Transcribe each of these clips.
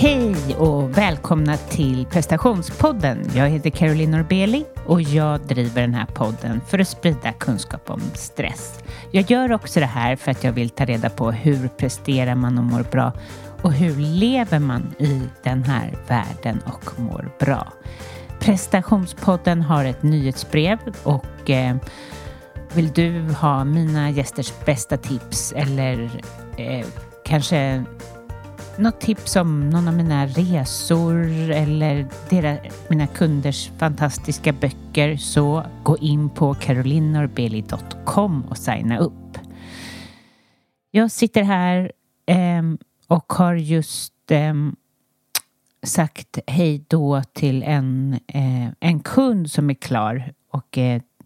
Hej och välkomna till prestationspodden. Jag heter Caroline Norbeli och jag driver den här podden för att sprida kunskap om stress. Jag gör också det här för att jag vill ta reda på hur presterar man och mår bra och hur lever man i den här världen och mår bra. Prestationspodden har ett nyhetsbrev och vill du ha mina gästers bästa tips eller kanske något tips om någon av mina resor eller mina kunders fantastiska böcker, så gå in på carolinenorbeli.com och signa upp. Jag sitter här och har just sagt hej då till en kund som är klar, och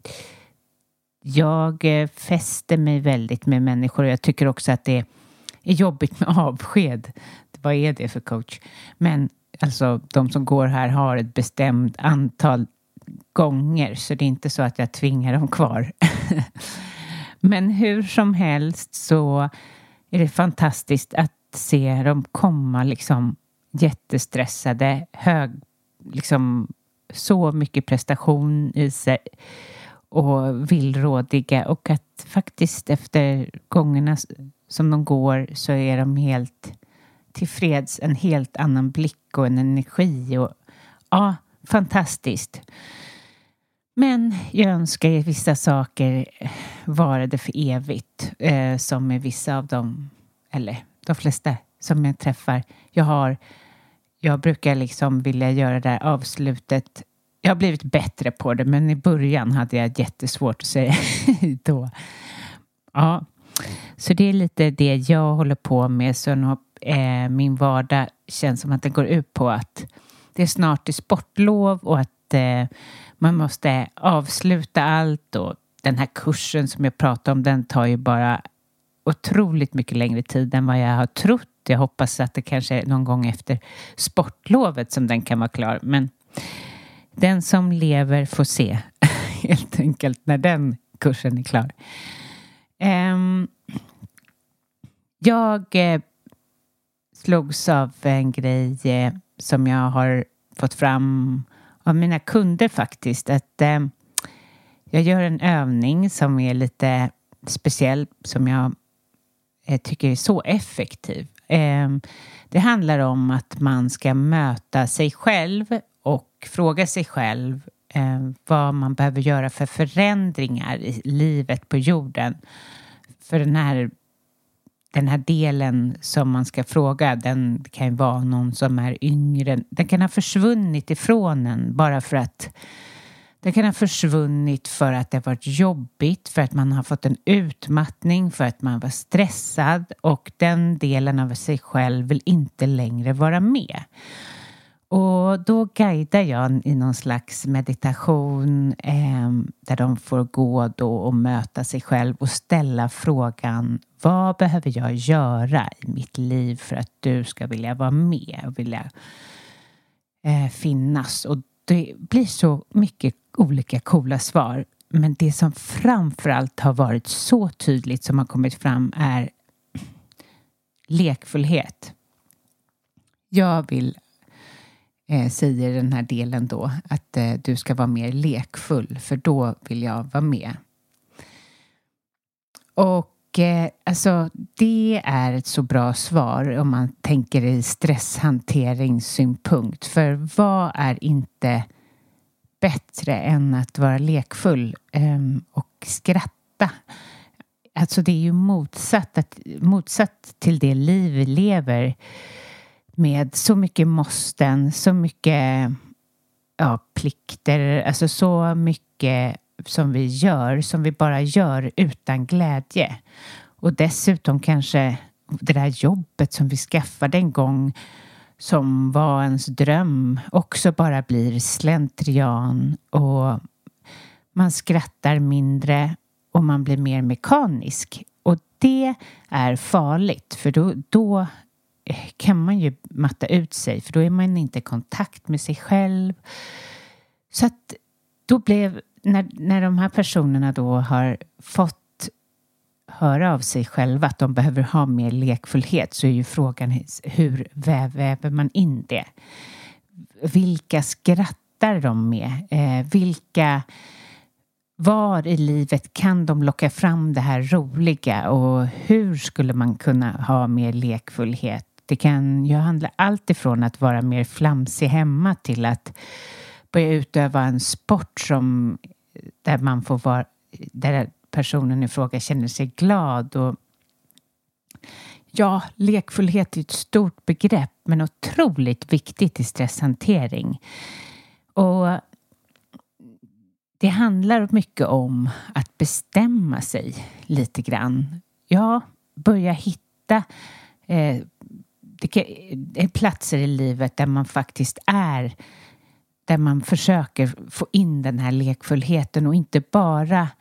jag fäster mig väldigt med människor och jag tycker också att det är jobbigt med avsked. Vad är det för coach? Men alltså de som går här har ett bestämt antal gånger, så det är inte så att jag tvingar dem kvar. Men hur som helst så är det fantastiskt att se dem komma liksom jättestressade, liksom så mycket prestation i sig och villrådiga, och att faktiskt efter gångerna som de går så är de helt tillfreds, en helt annan blick och en energi, och ja, fantastiskt. Men jag önskar att vissa saker varade för evigt, som med vissa av dem, eller de flesta som jag träffar. Jag brukar liksom vilja göra det här avslutet. Jag har blivit bättre på det, men i början hade jag jättesvårt att säga då. Ja, så det är lite det jag håller på med. Så min vardag känns som att det går ut på att det är snart sportlov och att man måste avsluta allt. Och den här kursen som jag pratar om, den tar ju bara otroligt mycket längre tid än vad jag har trott. Jag hoppas att det kanske är någon gång efter sportlovet som den kan vara klar. Men den som lever får se helt enkelt när den kursen är klar. Jag slogs av en grej som jag har fått fram av mina kunder faktiskt. Att jag gör en övning som är lite speciell, som jag tycker är så effektiv. Det handlar om att man ska möta sig själv och fråga sig själv vad man behöver göra för förändringar i livet på jorden. För den här delen som man ska fråga, den kan ju vara någon som är yngre. Den kan ha försvunnit ifrån en bara för att den kan ha försvunnit för att det har varit jobbigt, för att man har fått en utmattning, för att man var stressad, och den delen av sig själv vill inte längre vara med. Och då guidar jag i någon slags meditation där de får gå då och möta sig själv och ställa frågan: vad behöver jag göra i mitt liv för att du ska vilja vara med och vilja finnas? Och det blir så mycket olika coola svar. Men det som framförallt har varit så tydligt som har kommit fram är lekfullhet. Jag vill säger den här delen då att du ska vara mer lekfull, för då vill jag vara med. Och alltså det är ett så bra svar om man tänker i stresshanteringssynpunkt. För vad är inte bättre än att vara lekfull och skratta? Alltså det är ju motsatt till det liv vi lever med så mycket måsten, så mycket plikter, alltså så mycket som vi gör, som vi bara gör utan glädje. Och dessutom kanske det där jobbet som vi skaffade en gång som var ens dröm också bara blir slentrian, och man skrattar mindre och man blir mer mekanisk. Och det är farligt, för då kan man ju matta ut sig, för då är man inte i kontakt med sig själv. Så att då blev, när de här personerna då har fått höra av sig själva att de behöver ha mer lekfullhet, så är ju frågan hur väver man in det? Vilka skrattar de med? Var i livet kan de locka fram det här roliga, och hur skulle man kunna ha mer lekfullhet? Det kan ju handla allt ifrån att vara mer flamsig hemma till att börja utöva en sport där man får vara, där personen i fråga känner sig glad. Och ja, lekfullhet är ett stort begrepp, men otroligt viktigt i stresshantering. Och det handlar mycket om att bestämma sig lite grann. Ja, börja hitta platser i livet där man faktiskt är, där man försöker få in den här lekfullheten och inte bara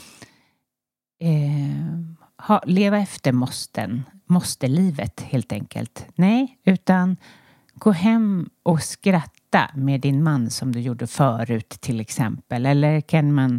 leva efter måste livet helt enkelt. Nej, utan gå hem och skratta med din man som du gjorde förut till exempel. Eller kan man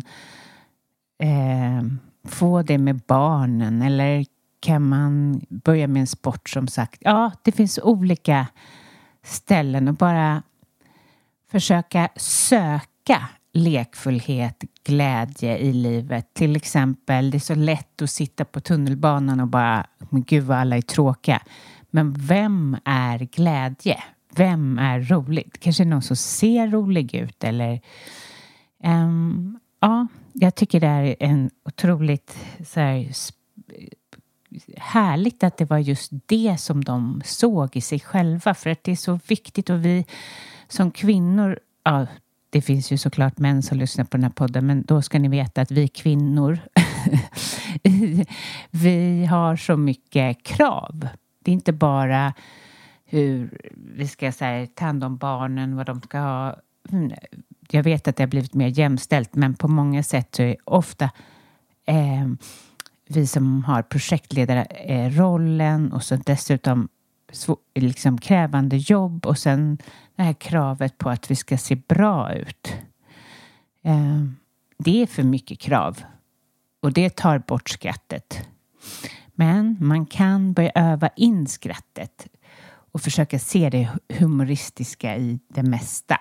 få det med barnen, eller kan man börja med en sport som sagt. Ja, det finns olika ställen, och bara försöka söka lekfullhet, glädje i livet. Till exempel, det är så lätt att sitta på tunnelbanan och bara, men gud vad alla är tråkiga. Men vem är glädje? Vem är roligt? Kanske någon som ser rolig ut, eller ja, jag tycker det är en otroligt så här, härligt att det var just det som de såg i sig själva, för att det är så viktigt. Och vi som kvinnor, ja, det finns ju såklart män som lyssnar på den här podden, men då ska ni veta att vi kvinnor vi har så mycket krav. Det är inte bara hur vi ska säga, ta hand om barnen, vad de ska ha. Jag vet att det har blivit mer jämställt, men på många sätt så är ofta vi som har projektledarrollen och så dessutom liksom krävande jobb, och sen det här kravet på att vi ska se bra ut. Det är för mycket krav, och det tar bort skrattet. Men man kan börja öva in skrattet och försöka se det humoristiska i det mesta.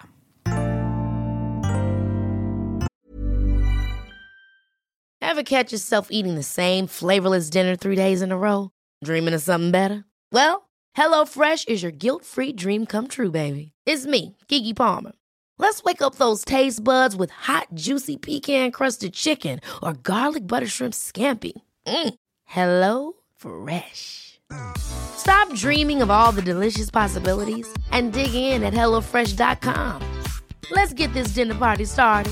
Ever catch yourself eating the same flavorless dinner 3 days in a row? Dreaming of something better? Well, HelloFresh is your guilt-free dream come true, baby. It's me, Keke Palmer. Let's wake up those taste buds with hot, juicy pecan-crusted chicken or garlic butter shrimp scampi. Hello Fresh. Stop dreaming of all the delicious possibilities and dig in at HelloFresh.com. Let's get this dinner party started.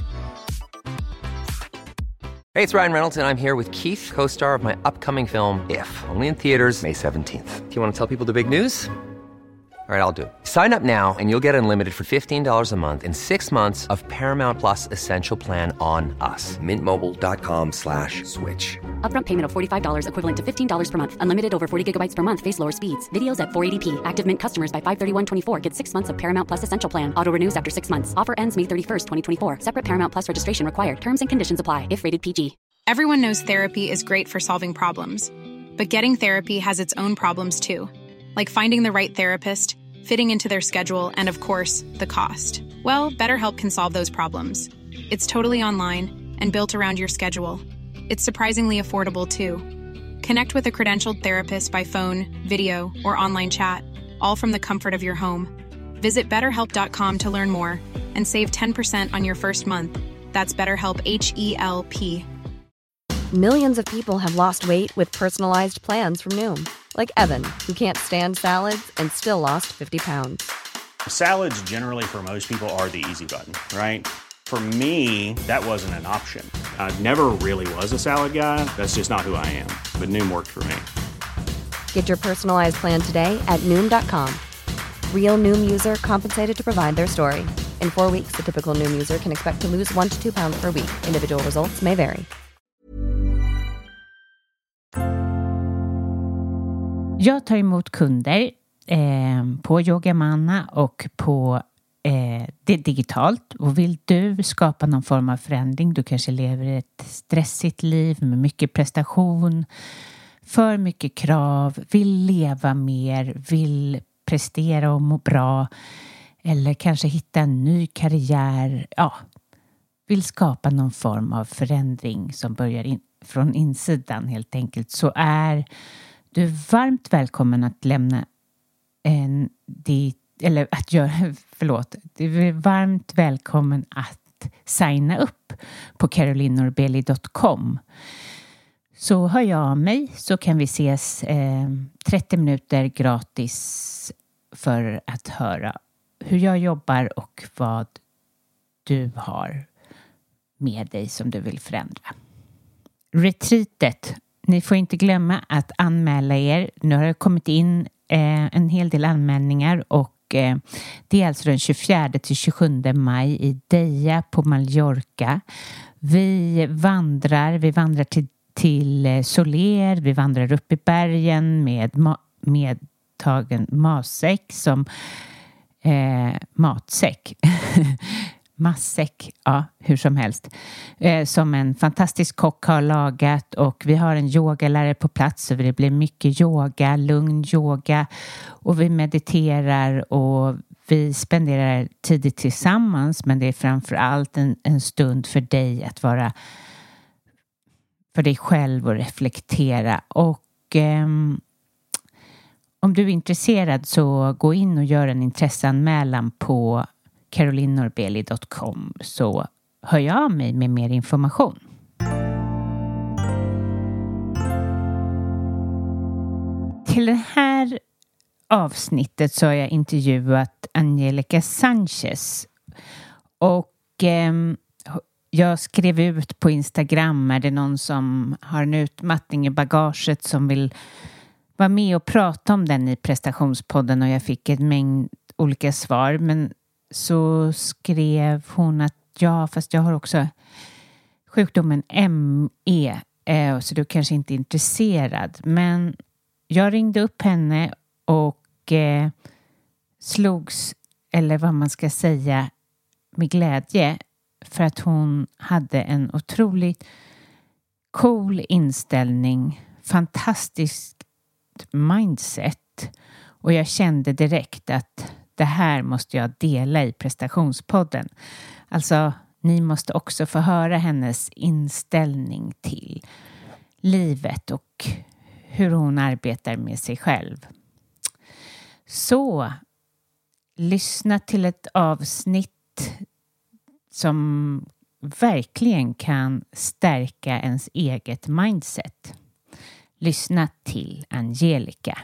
Hey, it's Ryan Reynolds, and I'm here with Keith, co-star of my upcoming film, If, only in theaters May 17th. Do you want to tell people the big news? All right, I'll do it. Sign up now and you'll get unlimited for $15 a month and 6 months of Paramount Plus Essential Plan on us. MintMobile.com/switch. Upfront payment of $45 equivalent to $15 per month. Unlimited over 40 gigabytes per month. Face lower speeds. Videos at 480p. Active Mint customers by 531.24 get 6 months of Paramount Plus Essential Plan. Auto renews after 6 months. Offer ends May 31st, 2024. Separate Paramount Plus registration required. Terms and conditions apply if rated PG. Everyone knows therapy is great for solving problems. But getting therapy has its own problems too. Like finding the right therapist, fitting into their schedule, and of course, the cost. Well, BetterHelp can solve those problems. It's totally online and built around your schedule. It's surprisingly affordable too. Connect with a credentialed therapist by phone, video, or online chat, all from the comfort of your home. Visit BetterHelp.com to learn more and save 10% on your first month. That's BetterHelp, H-E-L-P. Millions of people have lost weight with personalized plans from Noom. Like Evan, who can't stand salads and still lost 50 pounds. Salads generally for most people are the easy button, right? For me, that wasn't an option. I never really was a salad guy. That's just not who I am. But Noom worked for me. Get your personalized plan today at Noom.com. Real Noom user compensated to provide their story. In 4 weeks, the typical Noom user can expect to lose 1 to 2 pounds per week. Individual results may vary. Jag tar emot kunder på Yogamanna och på det är digitalt, och vill du skapa någon form av förändring, du kanske lever ett stressigt liv med mycket prestation, för mycket krav, vill leva mer, vill prestera och må bra, eller kanske hitta en ny karriär, vill skapa någon form av förändring som börjar från insidan helt enkelt, så är du varmt välkommen att lämna du är varmt välkommen att signa upp på carolinorbeli.com. Så hör jag av mig, så kan vi ses 30 minuter gratis för att höra hur jag jobbar och vad du har med dig som du vill förändra. Retreatet. Ni får inte glömma att anmäla er. Nu har det kommit in en hel del anmälningar, och det är alltså den 24 till 27 maj i Deja på Mallorca. Vi vandrar till Soler, vi vandrar upp i bergen med tagen matsäck som matsäck, hur som helst, som en fantastisk kock har lagat, och vi har en yogalärare på plats, så det blir mycket yoga, lugn yoga, och vi mediterar och vi spenderar tid tillsammans, men det är framförallt en stund för dig att vara för dig själv och reflektera. Och om du är intresserad, så gå in och gör en intresseanmälan på carolinorbeli.com, så hör jag av mig med mer information. Till det här avsnittet så har jag intervjuat Angelica Sanchez, och jag skrev ut på Instagram, är det någon som har en utmattning i bagaget som vill vara med och prata om den i prestationspodden, och jag fick en mängd olika svar, men så skrev hon att fast jag har också sjukdomen ME, så du kanske inte är intresserad. Men jag ringde upp henne och slogs, eller vad man ska säga, med glädje, för att hon hade en otroligt cool inställning, fantastiskt mindset, och jag kände direkt att det här måste jag dela i prestationspodden. Alltså, ni måste också få höra hennes inställning till livet och hur hon arbetar med sig själv. Så, lyssna till ett avsnitt som verkligen kan stärka ens eget mindset. Lyssna till Angelica.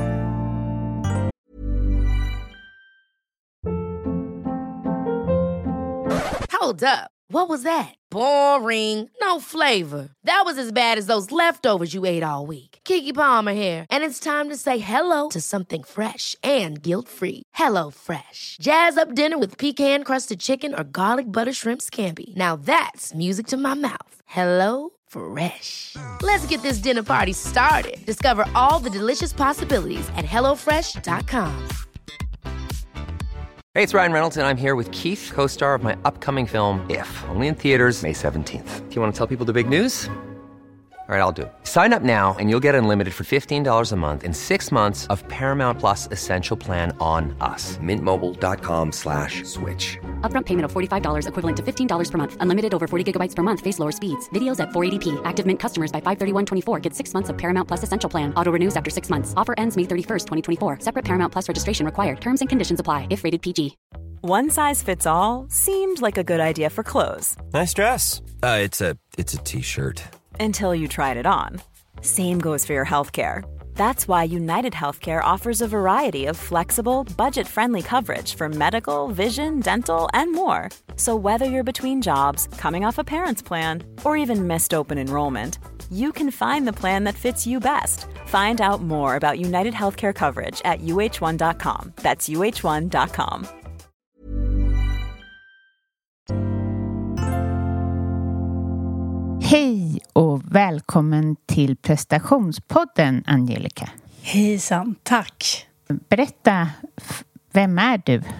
Hold up. What was that? Boring. No flavor. That was as bad as those leftovers you ate all week. Keke Palmer here, and it's time to say hello to something fresh and guilt-free. Hello Fresh. Jazz up dinner with pecan-crusted chicken or garlic butter shrimp scampi. Now that's music to my mouth. Hello Fresh. Let's get this dinner party started. Discover all the delicious possibilities at hellofresh.com. Hey, it's Ryan Reynolds, and I'm here with Keith, co-star of my upcoming film, If, only in theaters May 17th. Do you want to tell people the big news? All right, I'll do it. Sign up now and you'll get unlimited for $15 a month and 6 months of Paramount Plus Essential Plan on us. MintMobile.com/switch. Upfront payment of $45 equivalent to $15 per month. Unlimited over 40 gigabytes per month. Face lower speeds. Videos at 480p. Active Mint customers by 531.24 get 6 months of Paramount Plus Essential Plan. Auto renews after 6 months. Offer ends May 31st, 2024. Separate Paramount Plus registration required. Terms and conditions apply if rated PG. One size fits all seemed like a good idea for clothes. Nice dress. It's a t-shirt. Until you tried it on. Same goes for your healthcare. That's why United Healthcare offers a variety of flexible, budget-friendly coverage for medical, vision, dental, and more. So whether you're between jobs, coming off a parent's plan, or even missed open enrollment, you can find the plan that fits you best. Find out more about United Healthcare coverage at uh1.com. That's uh1.com. Hej och välkommen till prestationspodden, Angelica. Hejsan, tack. Berätta, vem är du?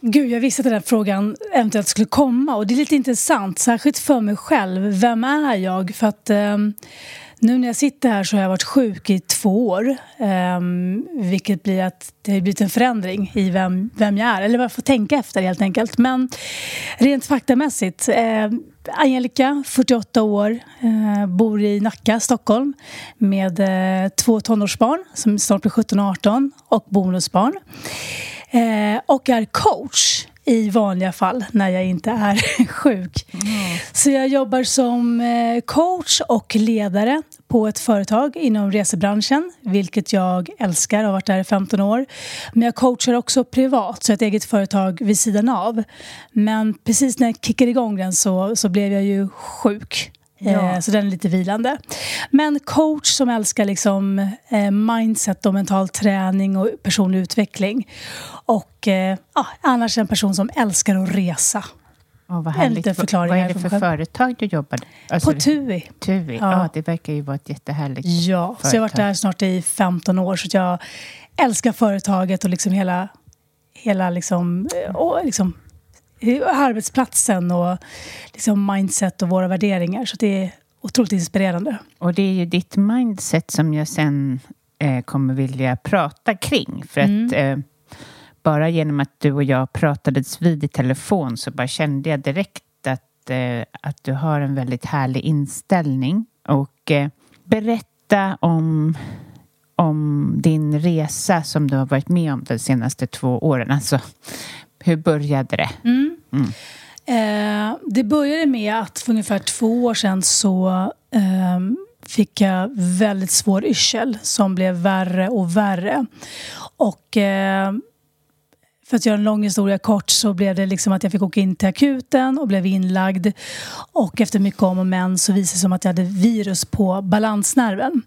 Gud, jag visste att den här frågan eventuellt skulle komma. Och det är lite intressant, särskilt för mig själv. Vem är jag? För att nu när jag sitter här så har jag varit sjuk i 2 år. Vilket blir att det har blivit en förändring i vem jag är. Eller vad jag får tänka efter helt enkelt. Men rent faktamässigt. Angelica, 48 år, bor i Nacka, Stockholm. Med 2 tonårsbarn som snart blir 17 och 18. Och bonusbarn. Och är coach i vanliga fall när jag inte är sjuk. Så jag jobbar som coach och ledare på ett företag inom resebranschen, vilket jag älskar och har varit där i 15 år. Men jag coachar också privat, så ett eget företag vid sidan av. Men precis när jag kickade igång den så blev jag ju sjuk. Ja. Så den är lite vilande. Men coach som älskar liksom mindset och mental träning och personlig utveckling. Och annars en person som älskar att resa. Vad härligt. Vad är det för företag du jobbar? Alltså, på TUI. TUI, ja. Det verkar ju vara ett jättehärligt företag. Så jag har varit där snart i 15 år. Så jag älskar företaget och liksom hela liksom arbetsplatsen och liksom mindset och våra värderingar. Så det är otroligt inspirerande. Och det är ju ditt mindset som jag sen kommer vilja prata kring. För att bara genom att du och jag pratades vid i telefon så bara kände jag direkt att du har en väldigt härlig inställning. Och berätta om din resa som du har varit med om de senaste 2 åren. Alltså, hur började det? Det började med att för ungefär 2 år sedan så fick jag väldigt svår yrsel som blev värre och värre. Och för att göra en lång historia kort så blev det liksom att jag fick åka in till akuten och blev inlagd. Och efter mycket om och men så visade det som att jag hade virus på balansnerven.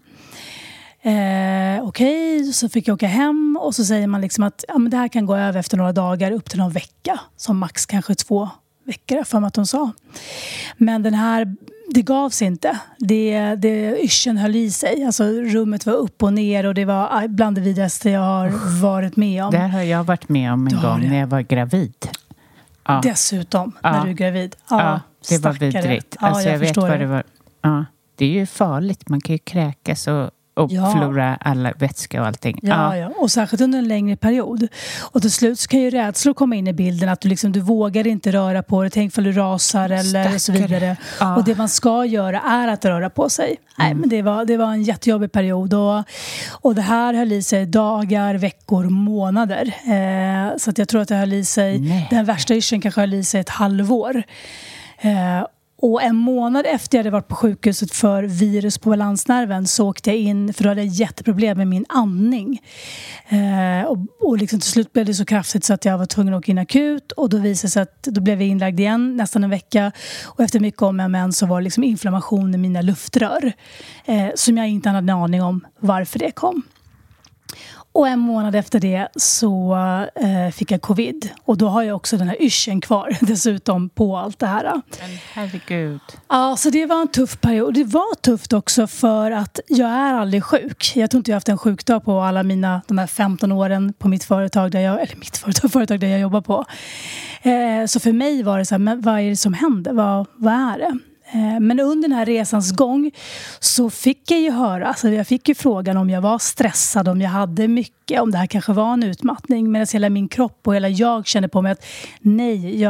Okej, så fick jag åka hem och så säger man liksom att men det här kan gå över efter några dagar upp till någon vecka. Som max kanske 2 veckor för att de sa. Men det gavs inte. Yrseln höll i sig. Alltså rummet var upp och ner och det var bland det vidrigaste jag har varit med om. Det har jag varit med om en gång när jag var gravid. Ja. Dessutom, när du är gravid. Ja, det var vidrigt. Alltså jag vet vad det var. Ja, det är ju farligt. Man kan ju kräkas och förlora alla vätska och allting. Ja, och särskilt under en längre period. Och till slut så kan ju rädslor komma in i bilden. Att du vågar inte röra på dig. Tänk för du rasar eller så vidare. Ja. Och det man ska göra är att röra på sig. Nej, men det var en jättejobbig period. Och det här höll i sig dagar, veckor, månader. Så att jag tror att det höll i sig... Den värsta yrseln kanske höll i sig ett halvår. Och en månad efter jag hade varit på sjukhuset för virus på balansnerven så åkte jag in, för då hade jag jätteproblem med min andning. Och liksom till slut blev det så kraftigt så att jag var tvungen att åka in akut. Och då visade det sig att då blev jag inlagd igen nästan en vecka. Och efter mycket om och men så var det liksom inflammation i mina luftrör. Som jag inte hade en aning om varför det kom. Och en månad efter det så fick jag covid. Och då har jag också den här yrseln kvar dessutom på allt det här. Men herregud. Ja, så det var en tuff period. Det var tufft också för att jag är aldrig sjuk. Jag tror inte jag har haft en sjukdag på alla de här 15 åren på mitt företag företag där jag jobbar på. Så för mig var det så här, men vad är det som händer? Vad är det? Men under den här resans gång så fick jag ju höra, alltså jag fick ju frågan om jag var stressad, om jag hade mycket, om det här kanske var en utmattning. Medan hela min kropp och hela jag kände på mig att nej,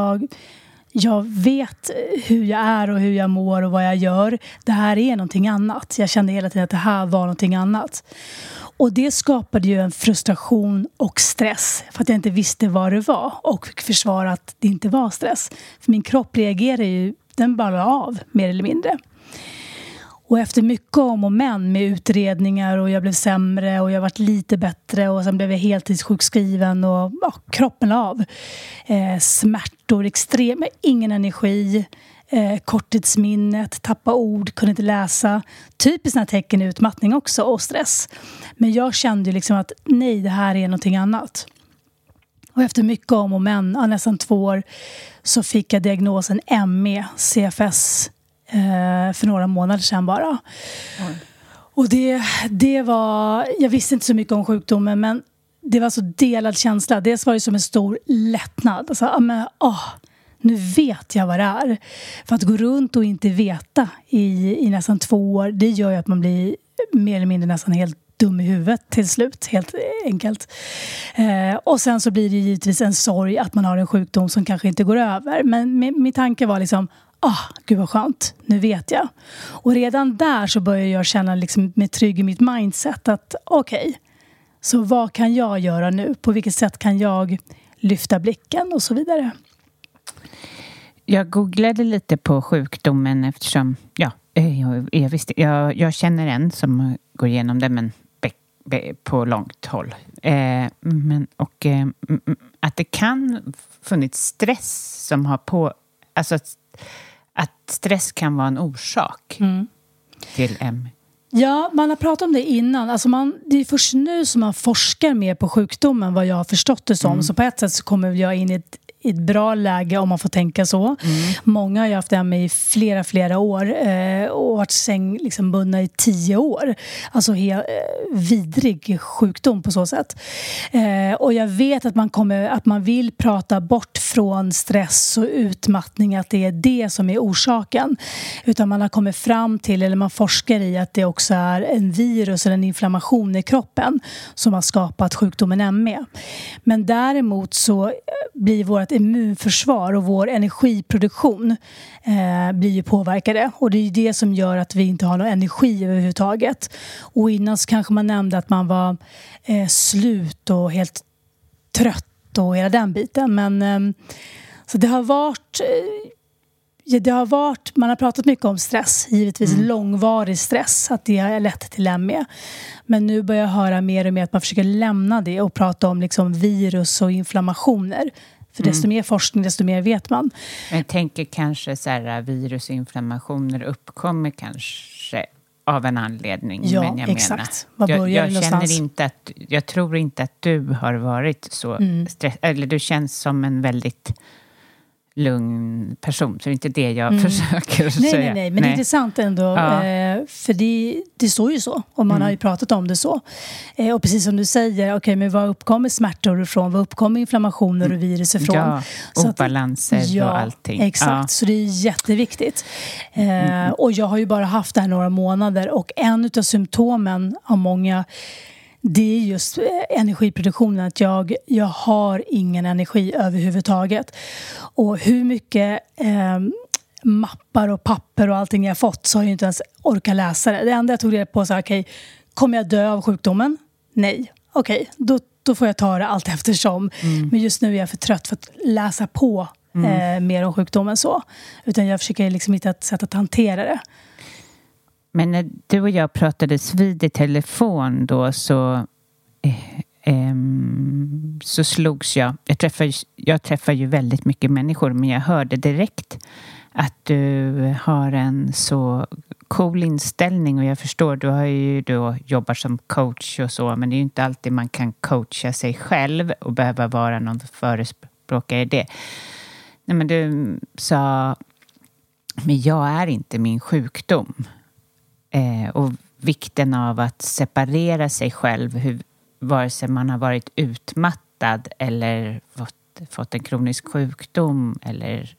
jag vet hur jag är och hur jag mår och vad jag gör. Det här är någonting annat. Jag kände hela tiden att det här var någonting annat. Och det skapade ju en frustration och stress för att jag inte visste vad det var och fick försvara att det inte var stress. För min kropp reagerade ju, den bara av mer eller mindre. Och efter mycket om och men med utredningar och jag blev sämre och jag varit lite bättre och sen blev jag heltidssjukskriven och kroppen la av. Smärtor, extrem, ingen energi, korttidsminnet, tappa ord, kunde inte läsa. Typiskt tecken i utmattning också och stress. Men jag kände liksom att nej, det här är någonting annat. Och efter mycket om och men, nästan 2 år, så fick jag diagnosen ME, CFS, för några månader sedan bara. Och det var, jag visste inte så mycket om sjukdomen, men det var så delad känsla. Dels var det som en stor lättnad. Alltså, nu vet jag vad det är. För att gå runt och inte veta i nästan 2 år, det gör ju att man blir mer eller mindre nästan helt dum i huvudet till slut, helt enkelt. Och sen så blir det givetvis en sorg att man har en sjukdom som kanske inte går över. Men min tanke var liksom, gud vad skönt, nu vet jag. Och redan där så började jag känna liksom med trygg i mitt mindset att okej, så vad kan jag göra nu? På vilket sätt kan jag lyfta blicken och så vidare? Jag googlade lite på sjukdomen eftersom jag känner en som går igenom det, men på långt håll. Att det kan funnits stress som har alltså att stress kan vara en orsak till ME. Ja, man har pratat om det innan. Alltså det är först nu som man forskar mer på sjukdomen, vad jag har förstått det som. Så på ett sätt så kommer jag in i ett bra läge om man får tänka så. Många har ju haft ME i flera år och varit bundna i 10 år. Alltså vidrig sjukdom på så sätt. Och jag vet att man vill prata bort från stress och utmattning, att det är det som är orsaken. Utan man har kommit fram till, eller man forskar i, att det också är en virus eller en inflammation i kroppen som har skapat sjukdomen ME. Men däremot så blir vårt immunförsvar och vår energiproduktion blir ju påverkade. Och det är ju det som gör att vi inte har någon energi överhuvudtaget. Och innan så kanske man nämnde att man var slut och helt trött och hela den biten. Men så det har varit, man har pratat mycket om stress, givetvis långvarig stress, att det har lett till ME. Men nu börjar jag höra mer och mer att man försöker lämna det och prata om liksom virus och inflammationer. För desto mer forskning, desto mer vet man. Men jag tänker kanske så här, virus och inflammationer uppkommer kanske av en anledning. Ja, men jag exakt. Jag tror inte att du har varit så eller du känns som en väldigt lugn person, så det är inte det jag försöker säga. Nej, men det är intressant ändå, för det står ju så, och man har ju pratat om det så. Och precis som du säger, men vad uppkommer smärtor ifrån? Vad uppkommer inflammationer och virus ifrån? Ja, obalanser och allting. Exakt, så det är jätteviktigt. Och jag har ju bara haft det här några månader, och en utav symptomen av många, det är just energiproduktionen, att jag har ingen energi överhuvudtaget. Och hur mycket mappar och papper och allting jag fått, så har jag inte ens orkat läsa det. Det enda jag tog reda på så kommer jag dö av sjukdomen? Nej. Då får jag ta det allt eftersom. Men just nu är jag för trött för att läsa på mer om sjukdomen så. Utan jag försöker liksom hitta ett sätt att hantera det. Men när du och jag pratades vid i telefon då, så slogs jag. Jag träffar ju väldigt mycket människor, men jag hörde direkt att du har en så cool inställning, och jag förstår, du har ju då jobbat som coach och så, men det är ju inte alltid man kan coacha sig själv och behöva vara någon förespråkare i det. Nej, men du sa, men jag är inte min sjukdom. Och vikten av att separera sig själv, vare sig man har varit utmattad eller fått en kronisk sjukdom, eller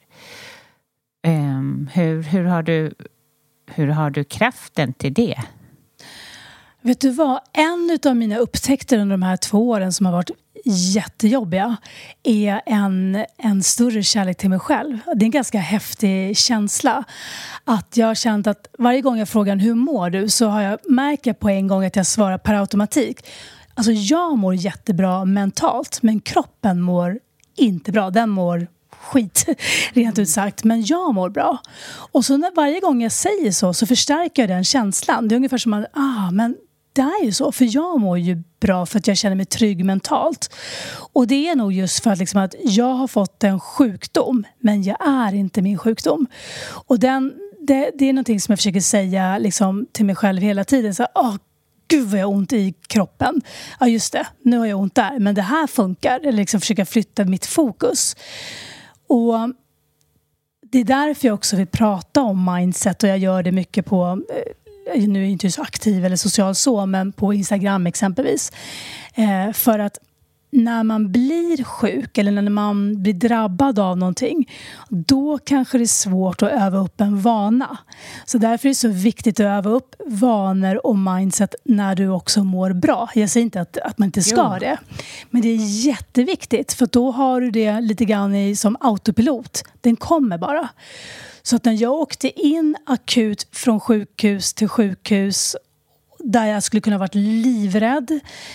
hur har du kraften till det? Vet du vad? En av mina upptäckter under de här 2 åren som har varit jättejobbiga är en större kärlek till mig själv. Det är en ganska häftig känsla. Att jag har känt att varje gång jag frågar hur mår du, så har jag märkt på en gång att jag svarar per automatik. Alltså jag mår jättebra mentalt, men kroppen mår inte bra. Den mår skit, rent ut sagt. Men jag mår bra. Och så varje gång jag säger så förstärker jag den känslan. Det är ungefär som att, men det är ju så, för jag mår ju bra för att jag känner mig trygg mentalt. Och det är nog just för att, att jag har fått en sjukdom, men jag är inte min sjukdom. Och det är någonting som jag försöker säga till mig själv hela tiden. Så, gud vad jag har ont i kroppen. Ja just det, nu har jag ont där. Men det här funkar. Eller försöka flytta mitt fokus. Och det är därför jag också vill prata om mindset. Och jag gör det mycket på, nu är jag inte så aktiv eller social så, men på Instagram exempelvis. För att när man blir sjuk eller när man blir drabbad av någonting, då kanske det är svårt att öva upp en vana. Så därför är det så viktigt att öva upp vanor och mindset när du också mår bra. Jag säger inte att man inte ska det, men det är jätteviktigt, för då har du det lite grann som autopilot. Den kommer bara. Så att när jag åkte in akut från sjukhus till sjukhus där jag skulle kunna varit livrädd,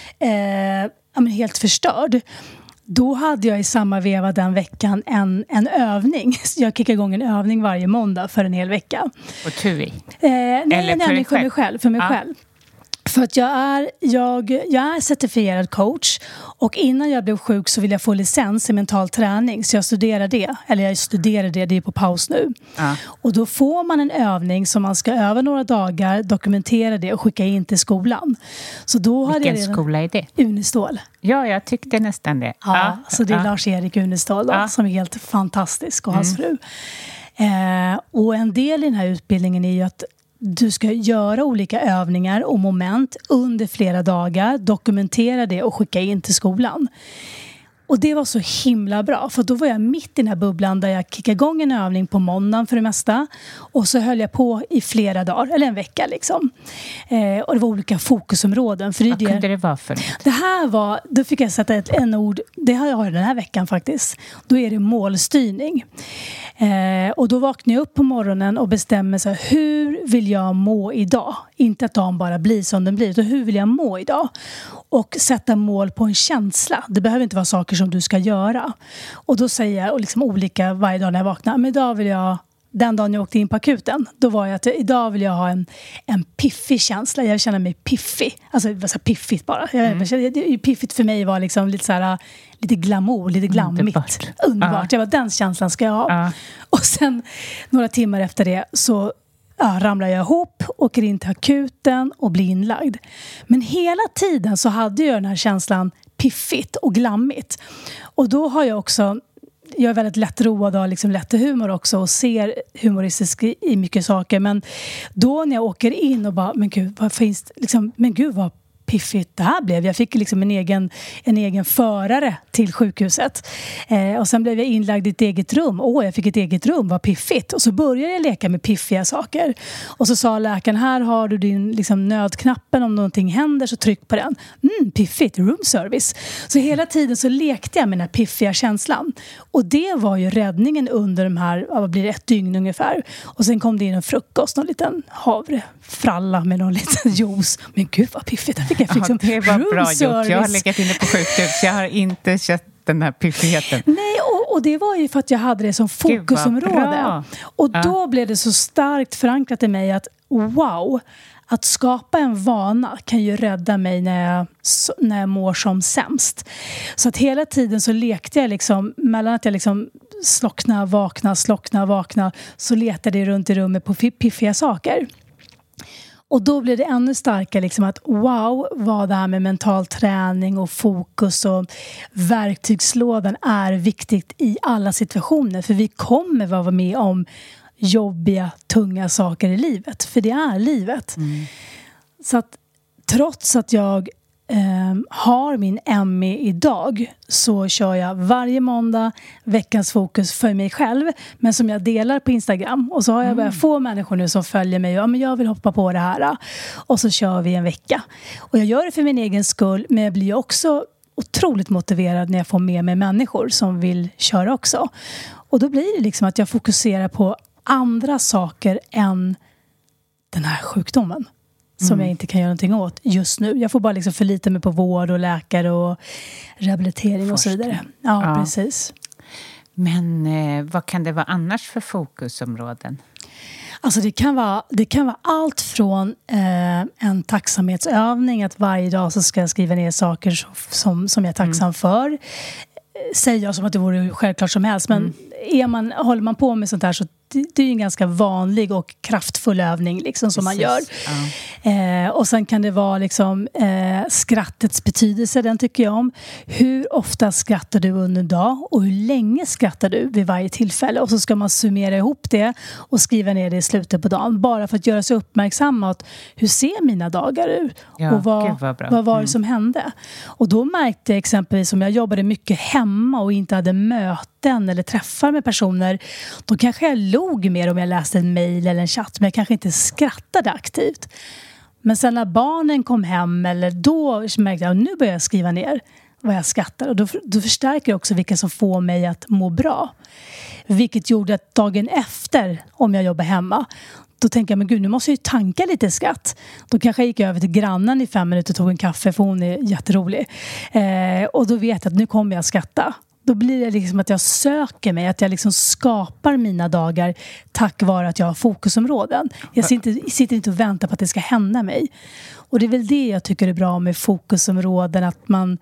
helt förstörd, då hade jag i samma veva den veckan en övning. Jag kickade igång en övning varje måndag för en hel vecka. Och TUI? Nej, en övning för mig själv. För att jag är certifierad coach, och innan jag blev sjuk så ville jag få licens i mental träning, så jag studerade det, det är på paus nu. Och då får man en övning som man ska öva några dagar, dokumentera det och skicka in till skolan. Så då vilken skola är det? Unestål. Ja, jag tyckte nästan det. Ja, så det är Lars-Erik Unestål som är helt fantastisk, och hans fru. Och en del i den här utbildningen är ju att du ska göra olika övningar och moment under flera dagar, dokumentera det och skicka in till skolan. Och det var så himla bra, för då var jag mitt i den här bubblan där jag kickade igång en övning på måndagen för det mesta, och så höll jag på i flera dagar, eller en vecka liksom. Och det var olika fokusområden. För vad kunde det vara för något? Det här var, då fick jag sätta en ord, det har jag den här veckan faktiskt. Då är det målstyrning. Och då vaknar jag upp på morgonen och bestämmer sig, hur vill jag må idag? Inte att dagen bara blir som den blir, utan hur vill jag må idag? Och sätta mål på en känsla. Det behöver inte vara saker som du ska göra. Och då säger jag liksom olika varje dag när jag vaknar. Men idag vill jag, den dagen jag åkte in på akuten, då var jag att idag vill jag ha en piffig känsla. Jag känner mig piffig. Alltså det var så piffigt bara. Piffigt för mig var liksom lite så här, lite glamour, lite glammigt. Underbart. Jag var, den känslan ska jag ha. Och sen några timmar efter det så ramlar jag ihop, åker in till akuten och blir inlagd. Men hela tiden så hade jag den här känslan piffigt och glammigt. Och då har jag också, jag är väldigt lättroad och liksom lätt humor också, och ser humoristiskt i mycket saker. Men då när jag åker in och bara, men gud, vad finns liksom, men gud vad piffigt det här blev. Jag fick liksom en egen förare till sjukhuset. Och sen blev jag inlagd i ett eget rum. Jag fick ett eget rum, vad piffigt. Och så började jag leka med piffiga saker. Och så sa läkaren, här har du din liksom, nödknappen, om någonting händer så tryck på den. Piffigt, room service. Så hela tiden så lekte jag med den här piffiga känslan. Och det var ju räddningen under de här, vad blir det, 1 dygn ungefär. Och sen kom det in en frukost, någon liten havrefralla med någon liten juice. Men gud vad piffigt. Det var bra gjort. Jag har legat inne på sjukhus. Jag har inte sett den här piffigheten. Nej, och det var ju för att jag hade det som fokusområde. Och då blev det så starkt förankrat i mig att wow, att skapa en vana kan ju rädda mig när jag mår som sämst. Så att hela tiden så lekte jag liksom, mellan att jag liksom slockna, vakna, så letade jag runt i rummet på piffiga saker. Och då blev det ännu starkare liksom att wow, vad det här med mental träning och fokus och verktygslådan är viktigt i alla situationer. För vi kommer vara med om jobbiga, tunga saker i livet. För det är livet. Så att trots att jag har min ME idag, så kör jag varje måndag veckans fokus för mig själv, men som jag delar på Instagram. Och så har jag börjat få människor nu som följer mig och men jag vill hoppa på det här, och så kör vi en vecka. Och jag gör det för min egen skull, men jag blir också otroligt motiverad när jag får med mig människor som vill köra också. Och då blir det liksom att jag fokuserar på andra saker än den här sjukdomen. Som jag inte kan göra någonting åt just nu. Jag får bara liksom förlita mig på vård och läkare och rehabilitering och så vidare. Ja, precis. Men vad kan det vara annars för fokusområden? Alltså det kan vara allt från en tacksamhetsövning. Att varje dag så ska jag skriva ner saker som jag är tacksam för. Säger jag som att det vore självklart som helst. Men håller man på med sånt här så det är en ganska vanlig och kraftfull övning liksom, som man gör. Och sen kan det vara liksom, skrattets betydelse, den tycker jag om. Hur ofta skrattar du under en dag och hur länge skrattar du vid varje tillfälle? Och så ska man summera ihop det och skriva ner det i slutet på dagen. Bara för att göra sig uppmärksam åt hur ser mina dagar ut? Och vad var det som hände? Och då märkte jag exempelvis om jag jobbade mycket hemma och inte hade möten eller träffar med personer, då kanske jag log mer om jag läste en mejl eller en chatt, men jag kanske inte skrattade aktivt. Men sen när barnen kom hem, eller då märkte jag att nu börjar jag skriva ner vad jag skrattar. Och då förstärker det också vilka som får mig att må bra. Vilket gjorde att dagen efter, om jag jobbar hemma, då tänker jag, men gud, nu måste jag ju tanka lite skratt. Då kanske jag gick över till grannen i 5 minuter och tog en kaffe, för hon är jätterolig. Och då vet jag att nu kommer jag skratta. Då blir det liksom att jag söker mig, att jag liksom skapar mina dagar tack vare att jag har fokusområden. Jag sitter inte och väntar på att det ska hända mig. Och det är väl det jag tycker är bra med fokusområden, att man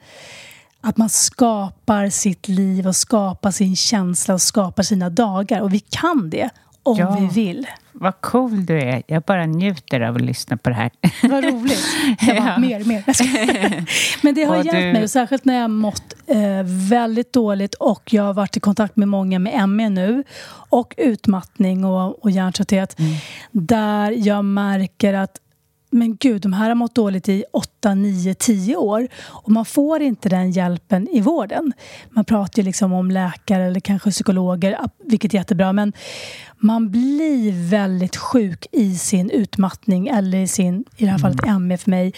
skapar sitt liv och skapar sin känsla och skapar sina dagar. Och vi kan det om vi vill. Vad cool du är. Jag bara njuter av att lyssna på det här. Vad roligt. Jag bara, mer. Men det har hjälpt mig. Och särskilt när jag har mått väldigt dåligt. Och jag har varit i kontakt med många med ME nu. Och utmattning och hjärntrötthet. Där jag märker att men gud, de här har mått dåligt i 8, 9, 10 år. Och man får inte den hjälpen i vården. Man pratar ju liksom om läkare eller kanske psykologer, vilket är jättebra. Men man blir väldigt sjuk i sin utmattning. Eller i det här fallet ME för mig.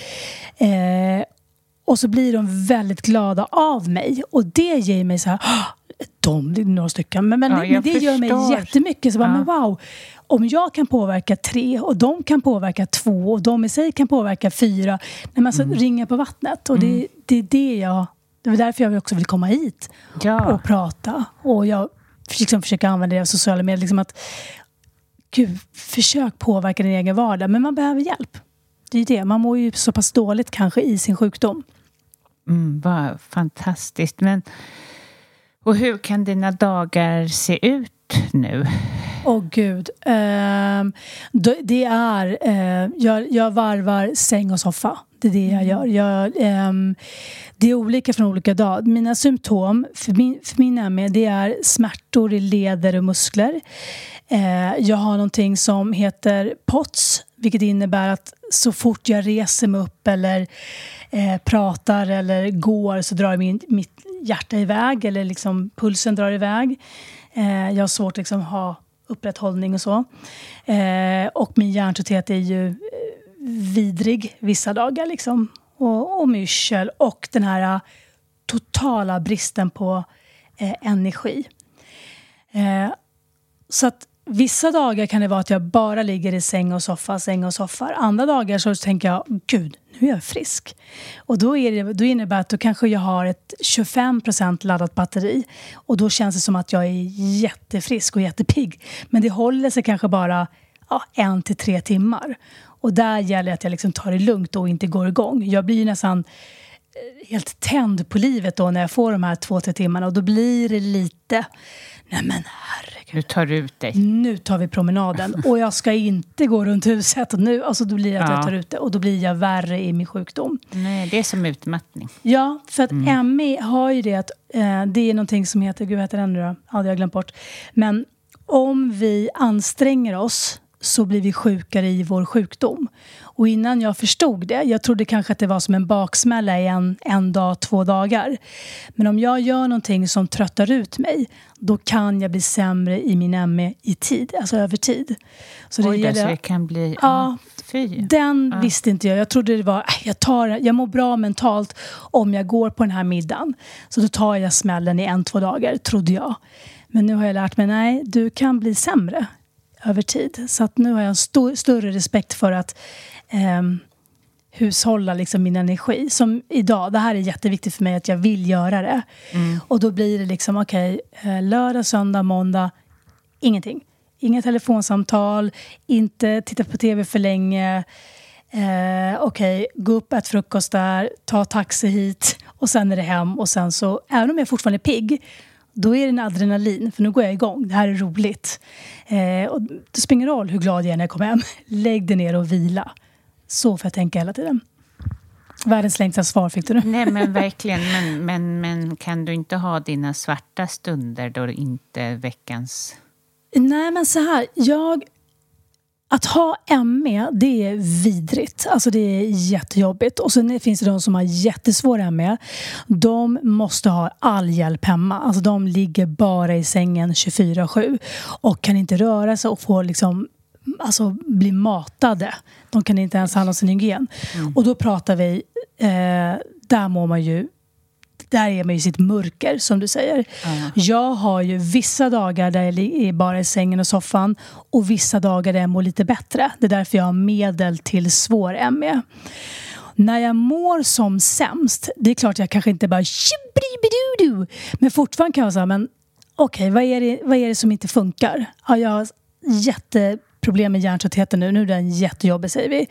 Och så blir de väldigt glada av mig. Och det ger mig så här, de är några stycken. Men det gör mig jättemycket. Så bara, men wow. Om jag kan påverka 3 och de kan påverka 2 och de i sig kan påverka 4, när man så ringer på vattnet. Och det är därför jag också vill komma hit och prata. Och jag liksom försöker använda det av sociala medier. Liksom att, gud, försök påverka din egen vardag. Men man behöver hjälp. Det är det. Man mår ju så pass dåligt kanske i sin sjukdom. Vad fantastiskt. Och hur kan dina dagar se ut nu? Gud. Det är... jag varvar säng och soffa. Det är det jag gör. Det är olika från olika dagar. Mina symptom för min ME, det är smärtor i leder och muskler. Jag har någonting som heter POTS, vilket innebär att så fort jag reser mig upp eller pratar eller går så drar mitt hjärta iväg eller liksom pulsen drar iväg. Jag har svårt liksom ha upprätthållning och så. Och min hjärntrötthet är ju vidrig vissa dagar liksom. Och myrsel och den här totala bristen på energi. Så att vissa dagar kan det vara att jag bara ligger i säng och soffa. Andra dagar så tänker jag, gud, nu är jag frisk. Och då innebär det att då kanske jag har ett 25% laddat batteri. Och då känns det som att jag är jättefrisk och jättepigg. Men det håller sig kanske bara 1 till 3 timmar. Och där gäller det att jag liksom tar det lugnt och inte går igång. Jag blir ju nästan helt tänd på livet då när jag får de här 2-3 timmarna. Och då blir det lite, nej men herregud. Nu tar du ut dig. Nu tar vi promenaden. Och jag ska inte gå runt huset. Och nu, alltså då blir det att jag tar ut det. Och då blir jag värre i min sjukdom. Nej, det är som utmattning. Ja, för att ME har ju det att det är någonting som heter, gud vad heter den nu då? Ja, det har jag glömt bort. Men om vi anstränger oss så blir vi sjukare i vår sjukdom. Och innan jag förstod det, jag trodde kanske att det var som en baksmälla i en dag, 2 dagar. Men om jag gör någonting som tröttar ut mig, då kan jag bli sämre i min ME i tid, alltså över tid. Så det kan bli... Den visste inte jag. Jag trodde det var, jag mår bra mentalt om jag går på den här middagen. Så då tar jag smällen i 1-2 dagar, trodde jag. Men nu har jag lärt mig, nej, du kan bli sämre över tid. Så att nu har jag en större respekt för att hushålla liksom min energi. Som idag, det här är jätteviktigt för mig att jag vill göra det. Och då blir det liksom, lördag, söndag, måndag, ingenting. Inga telefonsamtal, inte titta på tv för länge. Gå upp, ät frukost där, ta taxi hit och sen är det hem. Och sen så, även om jag fortfarande är pigg, då är det en adrenalin. För nu går jag igång. Det här är roligt. Och det spelar ingen roll hur glad jag är när jag kommer hem. Lägg dig ner och vila. Så får jag tänka hela tiden. Världens längsta svar fick du nu. Nej, men verkligen. Men kan du inte ha dina svarta stunder då inte veckans... Nej, men så här. Att ha ME, det är vidrigt. Alltså det är jättejobbigt. Och sen finns det de som har jättesvår ME. De måste ha all hjälp hemma. Alltså de ligger bara i sängen 24/7. Och kan inte röra sig och får liksom... Alltså bli matade. De kan inte ens handla sin hygien. Och då pratar vi... där mår man ju... Där är man ju sitt mörker, som du säger. Jag har ju vissa dagar där jag är bara i sängen och soffan. Och vissa dagar där jag mår lite bättre. Det är därför jag har medel till svår ME. När jag mår som sämst, det är klart jag kanske inte bara... Men fortfarande kan jag säga, men okej, vad är det som inte funkar? Ja, jag har jätteproblem med hjärntröttheten nu. Nu är den jättejobbig, säger vi.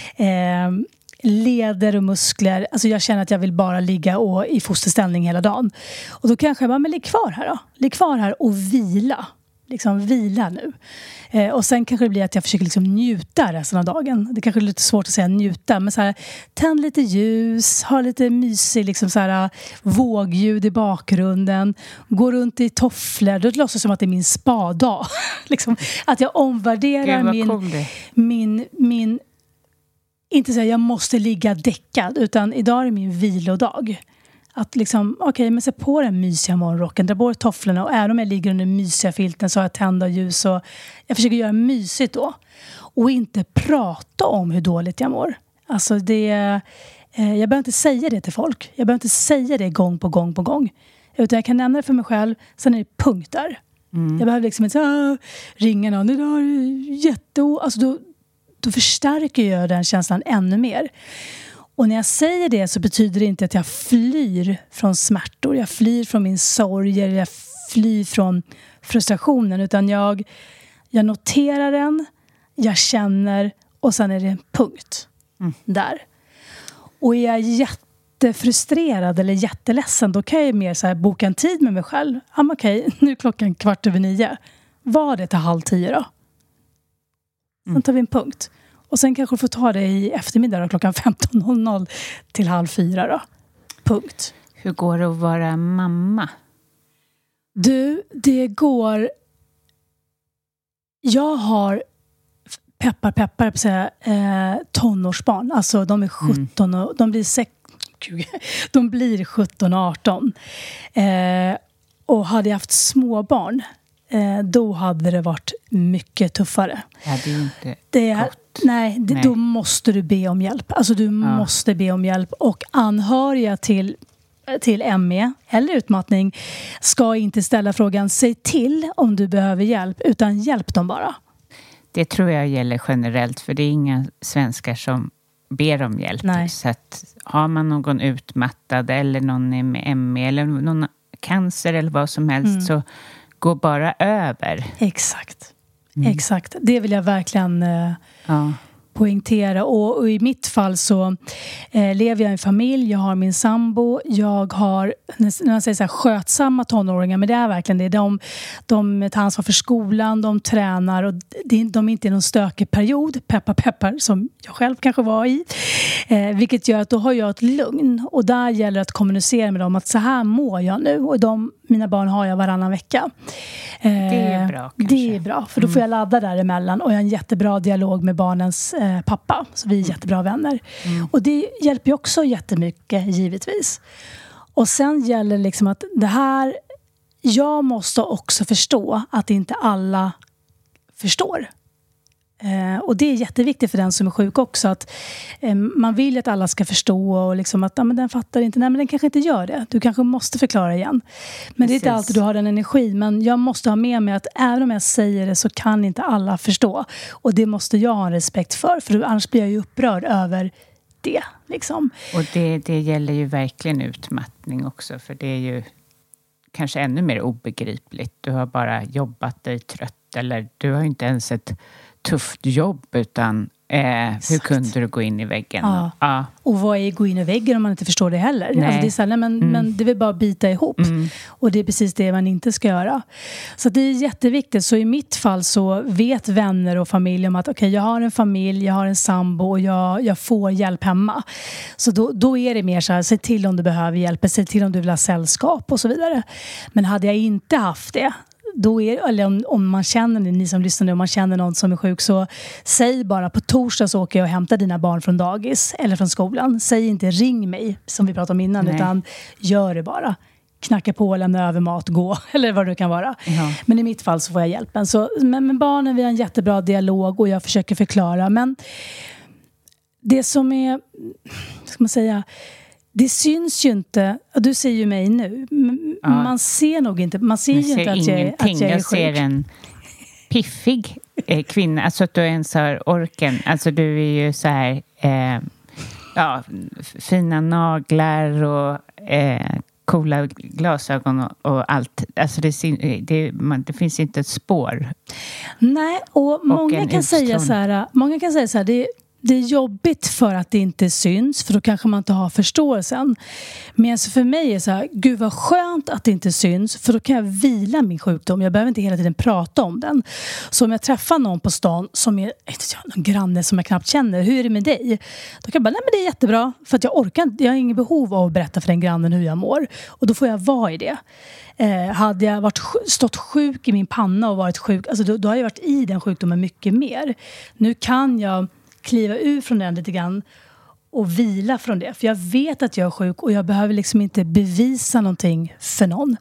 Leder och muskler. Alltså jag känner att jag vill bara ligga i fosterställning hela dagen. Och då kanske jag bara, men ligg kvar här då. Ligg kvar här och vila. Liksom vila nu. Och sen kanske det blir att jag försöker liksom njuta resten av dagen. Det kanske är lite svårt att säga njuta. Men så här, tänd lite ljus. Ha lite mysig liksom så här, vågljud i bakgrunden. Gå runt i tofflor. Då låter det som att det är min spadag. Liksom, att jag omvärderar min inte säga jag måste ligga däckad, utan idag är det min vilodag. Att liksom, men se på den mysiga morgonrocken, dra bort tofflorna, och även om jag ligger under mysiga filten så har jag tända ljus och jag försöker göra mysigt då. Och inte prata om hur dåligt jag mår. Alltså jag behöver inte säga det till folk. Jag behöver inte säga det gång på gång. Utan jag kan nämna det för mig själv, sen är det punkt där. Jag behöver liksom inte ringa någon, idag är det alltså då förstärker jag den känslan ännu mer. Och när jag säger det så betyder det inte att jag flyr från smärtor. Jag flyr från min sorg. Jag flyr från frustrationen. Utan jag noterar den. Jag känner. Och sen är det en punkt. Där. Och är jag jättefrustrerad eller jätteledsen, då kan jag mer så här boka en tid med mig själv. Nu är klockan 8:15. Var det till 9:30 då? Sen tar vi en punkt. Och sen kanske du får ta det i eftermiddag då, klockan 15:00 till 3:30 då. Punkt. Hur går det att vara mamma? Du, det går... Jag har peppar på säga, tonårsbarn. Alltså de är 17 och de blir 17 och 18. Och hade jag haft småbarn, då hade det varit mycket tuffare. Ja, det är inte gott. Nej. Då måste du be om hjälp. Alltså du måste be om hjälp. Och anhöriga till ME eller utmattning ska inte ställa frågan säg till om du behöver hjälp, utan hjälp dem bara. Det tror jag gäller generellt, för det är inga svenskar som ber om hjälp. Nej. Så att har man någon utmattad eller någon med ME eller någon cancer eller vad som helst, så gå bara över. Exakt. Det vill jag verkligen poängtera. Och i mitt fall så lever jag i en familj. Jag har min sambo. Jag har, när man säger så här, skötsamma tonåringar, men det är verkligen det. De tar ansvar för skolan, de tränar och de är inte i någon stökig period. Peppar, som jag själv kanske var i. Vilket gör att då har jag ett lugn. Och där gäller det att kommunicera med dem att så här mår jag nu. Och mina barn har jag varannan vecka. Det är bra kanske. Det är bra, för då får jag ladda däremellan. Och jag har en jättebra dialog med barnens pappa. Så vi är jättebra vänner. Och det hjälper ju också jättemycket, givetvis. Och sen gäller liksom att det här... Jag måste också förstå att inte alla förstår. Och det är jätteviktigt för den som är sjuk också, att man vill att alla ska förstå och liksom att men den fattar inte, nej men den kanske inte gör det, du kanske måste förklara igen, men det är inte alltid du har den energin, men jag måste ha med mig att även om jag säger det så kan inte alla förstå, och det måste jag ha respekt för annars blir jag ju upprörd över det liksom. Och det gäller ju verkligen utmattning också, för det är ju kanske ännu mer obegripligt. Du har bara jobbat dig trött, eller du har inte ens ett tufft jobb, utan Hur kunde du gå in i väggen? Ja. Och vad är gå in i väggen om man inte förstår det heller? Alltså det är sällan, men det vill bara bita ihop. Och det är precis det man inte ska göra. Så det är jätteviktigt. Så i mitt fall så vet vänner och familj om att okej, jag har en familj, jag har en sambo och jag får hjälp hemma. Så då är det mer så här, se till om du behöver hjälp, se till om du vill ha sällskap och så vidare. Men hade jag inte haft det, då eller om man känner, ni som lyssnar nu, om man känner någon som är sjuk, så säg bara på torsdag så åker jag och hämtar dina barn från dagis eller från skolan. Säg inte ring mig som vi pratade om innan, utan gör det bara. Knacka på, lämna över mat, gå eller vad det kan vara. Men i mitt fall så får jag hjälpen. Så, men barnen, vi har en jättebra dialog och jag försöker förklara. Men det som är, ska man säga, det syns ju inte. Du ser ju mig nu. Man ser nog inte. Man ser ju inte att jag är jag ser en piffig kvinna. Alltså att du ens har orken. Alltså du är ju så här fina naglar och coola glasögon och allt. Alltså det finns inte ett spår. Nej, och många kan säga så här, det är jobbigt för att det inte syns, för då kanske man inte har förståelsen. Men alltså för mig är det så här, gud vad skönt att det inte syns, för då kan jag vila min sjukdom. Jag behöver inte hela tiden prata om den. Så om jag träffar någon på stan som är någon granne som jag knappt känner, hur är det med dig? Då kan jag bara, nej men det är jättebra, för att jag har ingen behov av att berätta för den grannen hur jag mår. Och då får jag vara i det. Hade jag stått sjuk i min panna och varit sjuk, alltså då har jag varit i den sjukdomen mycket mer. Nu kan jag kliva ur från den lite grann och vila från det. För jag vet att jag är sjuk och jag behöver liksom inte bevisa någonting för någon.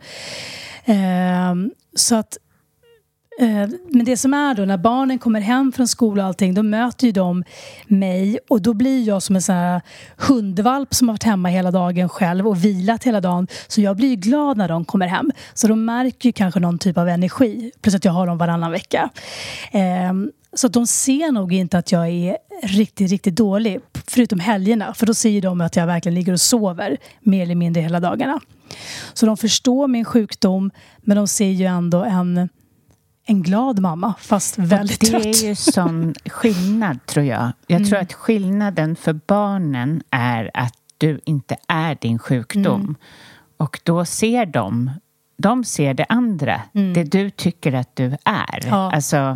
Så att men det som är då, när barnen kommer hem från skolan och allting, då möter ju de mig och då blir jag som en sån här hundvalp som har varit hemma hela dagen själv och vilat hela dagen. Så jag blir ju glad när de kommer hem. Så de märker ju kanske någon typ av energi. Plus att jag har dem varannan vecka. Så de ser nog inte att jag är riktigt, riktigt dålig. Förutom helgerna. För då ser de att jag verkligen ligger och sover mer eller mindre hela dagarna. Så de förstår min sjukdom. Men de ser ju ändå en glad mamma, fast väldigt trött. Det är ju sån skillnad, tror jag. Jag tror att skillnaden för barnen är att du inte är din sjukdom. Och då ser de ser det andra. Det du tycker att du är. Ja. Alltså,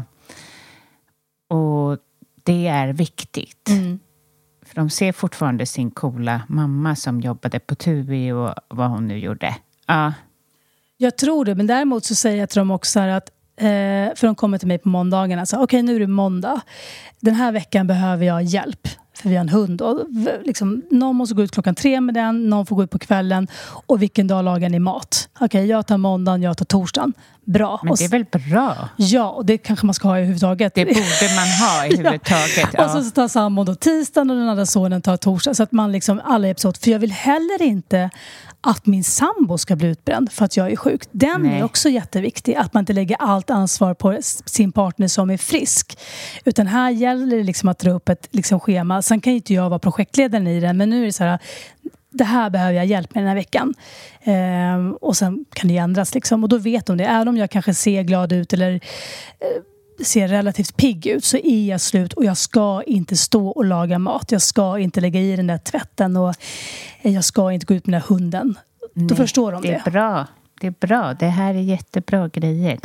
och det är viktigt. För de ser fortfarande sin coola mamma som jobbade på TUI och vad hon nu gjorde. Ja. Jag tror det, men däremot så säger jag till dem också att för de kommer till mig på måndagarna. Så okej, nu är det måndag. Den här veckan behöver jag hjälp. För vi har en hund. Och liksom, någon måste gå ut 3:00 med den. Någon får gå ut på kvällen. Och vilken dag lagar ni mat? Okej, jag tar måndagen, jag tar torsdagen. Bra. Men det är väl bra? Ja, och det kanske man ska ha i huvudtaget. Det borde man ha i huvudtaget. Ja. Och så tar sambon då tisdagen och den andra sonen tar torsdag. Så att man liksom alla episoder. För jag vill heller inte att min sambo ska bli utbränd för att jag är sjuk. Den är också jätteviktig. Att man inte lägger allt ansvar på sin partner som är frisk. Utan här gäller det liksom att dra upp ett liksom schema. Sen kan ju inte jag vara projektledaren i den. Men nu är det så här, det här behöver jag hjälp med den här veckan. Och sen kan det ändras liksom. Och då vet de det. Även om jag kanske ser glad ut eller ser relativt pigg ut, så är jag slut och jag ska inte stå och laga mat. Jag ska inte lägga i den där tvätten och jag ska inte gå ut med den där hunden. Då förstår de det. Det är bra. Det är bra. Det här är jättebra grejer.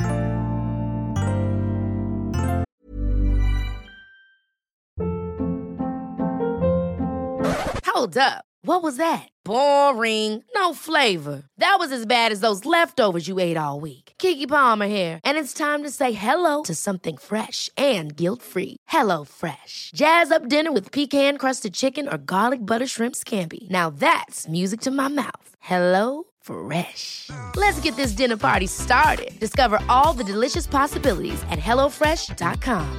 Hold up. What was that? Boring. No flavor. That was as bad as those leftovers you ate all week. Keke Palmer here, and it's time to say hello to something fresh and guilt-free. Hello Fresh. Jazz up dinner with pecan-crusted chicken or garlic butter shrimp scampi. Now that's music to my mouth. Hello Fresh. Let's get this dinner party started. Discover all the delicious possibilities at hellofresh.com.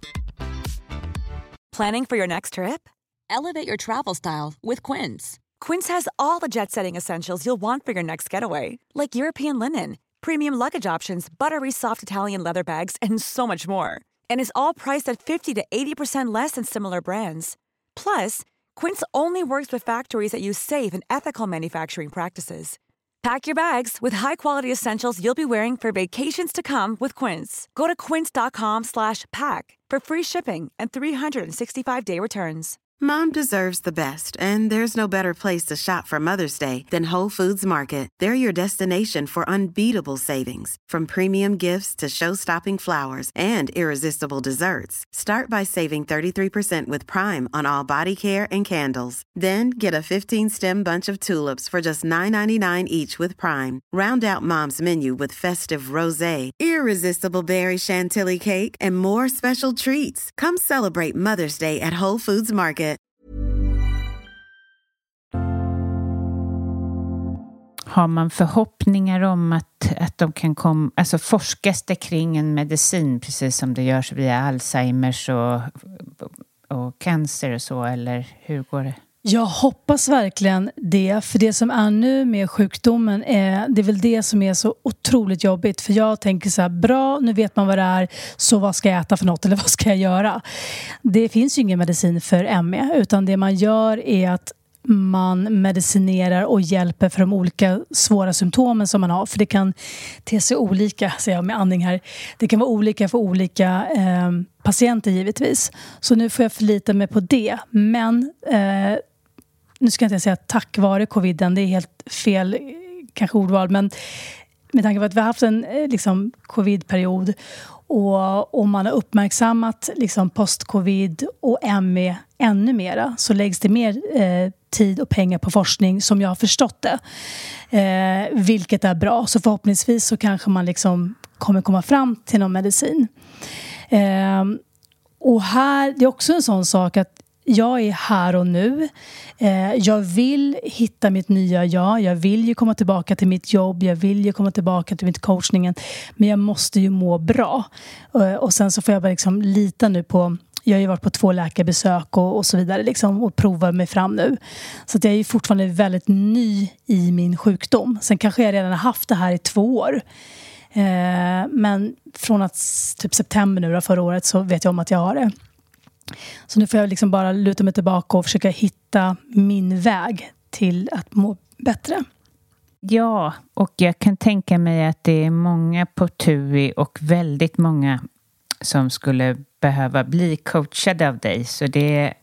Planning for your next trip? Elevate your travel style with Quince. Quince has all the jet-setting essentials you'll want for your next getaway, like European linen, premium luggage options, buttery soft Italian leather bags, and so much more. And is all priced at 50 to 80% less than similar brands. Plus, Quince only works with factories that use safe and ethical manufacturing practices. Pack your bags with high-quality essentials you'll be wearing for vacations to come with Quince. Go to quince.com/pack for free shipping and 365-day returns. Mom deserves the best, and there's no better place to shop for Mother's Day than Whole Foods Market. They're your destination for unbeatable savings, from premium gifts to show-stopping flowers and irresistible desserts. Start by saving 33% with Prime on all body care and candles. Then get a 15-stem bunch of tulips for just $9.99 each with Prime. Round out Mom's menu with festive rosé, irresistible berry chantilly cake, and more special treats. Come celebrate Mother's Day at Whole Foods Market. Har man förhoppningar om att de kan komma, alltså forskas det kring en medicin precis som det görs via Alzheimers och cancer och så, eller hur går det? Jag hoppas verkligen det, för det som är nu med sjukdomen det är väl det som är så otroligt jobbigt. För jag tänker så här, bra, nu vet man vad det är, så vad ska jag äta för något eller vad ska jag göra? Det finns ju ingen medicin för ME, utan det man gör är att man medicinerar och hjälper för de olika svåra symptomen som man har. För det kan te sig olika, säger jag med andning här. Det kan vara olika för olika patienter givetvis. Så nu får jag förlita mig på det. Men nu ska jag inte säga tack vare coviden, det är helt fel kanske ordval. Men med tanke på att vi har haft en covid-period och man har uppmärksammat post-covid och ME ännu mera, så läggs det mer tid och pengar på forskning som jag har förstått det. Vilket är bra. Så förhoppningsvis så kanske man kommer komma fram till någon medicin. Och här, det är också en sån sak att jag är här och nu. Jag vill hitta mitt nya jag. Jag vill ju komma tillbaka till mitt jobb. Jag vill ju komma tillbaka till mitt coachningen. Men jag måste ju må bra. Och sen så får jag bara lita nu på... Jag har ju varit på 2 läkarbesök och så vidare och provar mig fram nu. Så att jag är ju fortfarande väldigt ny i min sjukdom. Sen kanske jag redan har haft det här i 2 år. Men från att typ september nu förra året så vet jag om att jag har det. Så nu får jag bara luta mig tillbaka och försöka hitta min väg till att må bättre. Ja, och jag kan tänka mig att det är många på TUI och väldigt många som skulle behöva bli coachade av dig. Så det är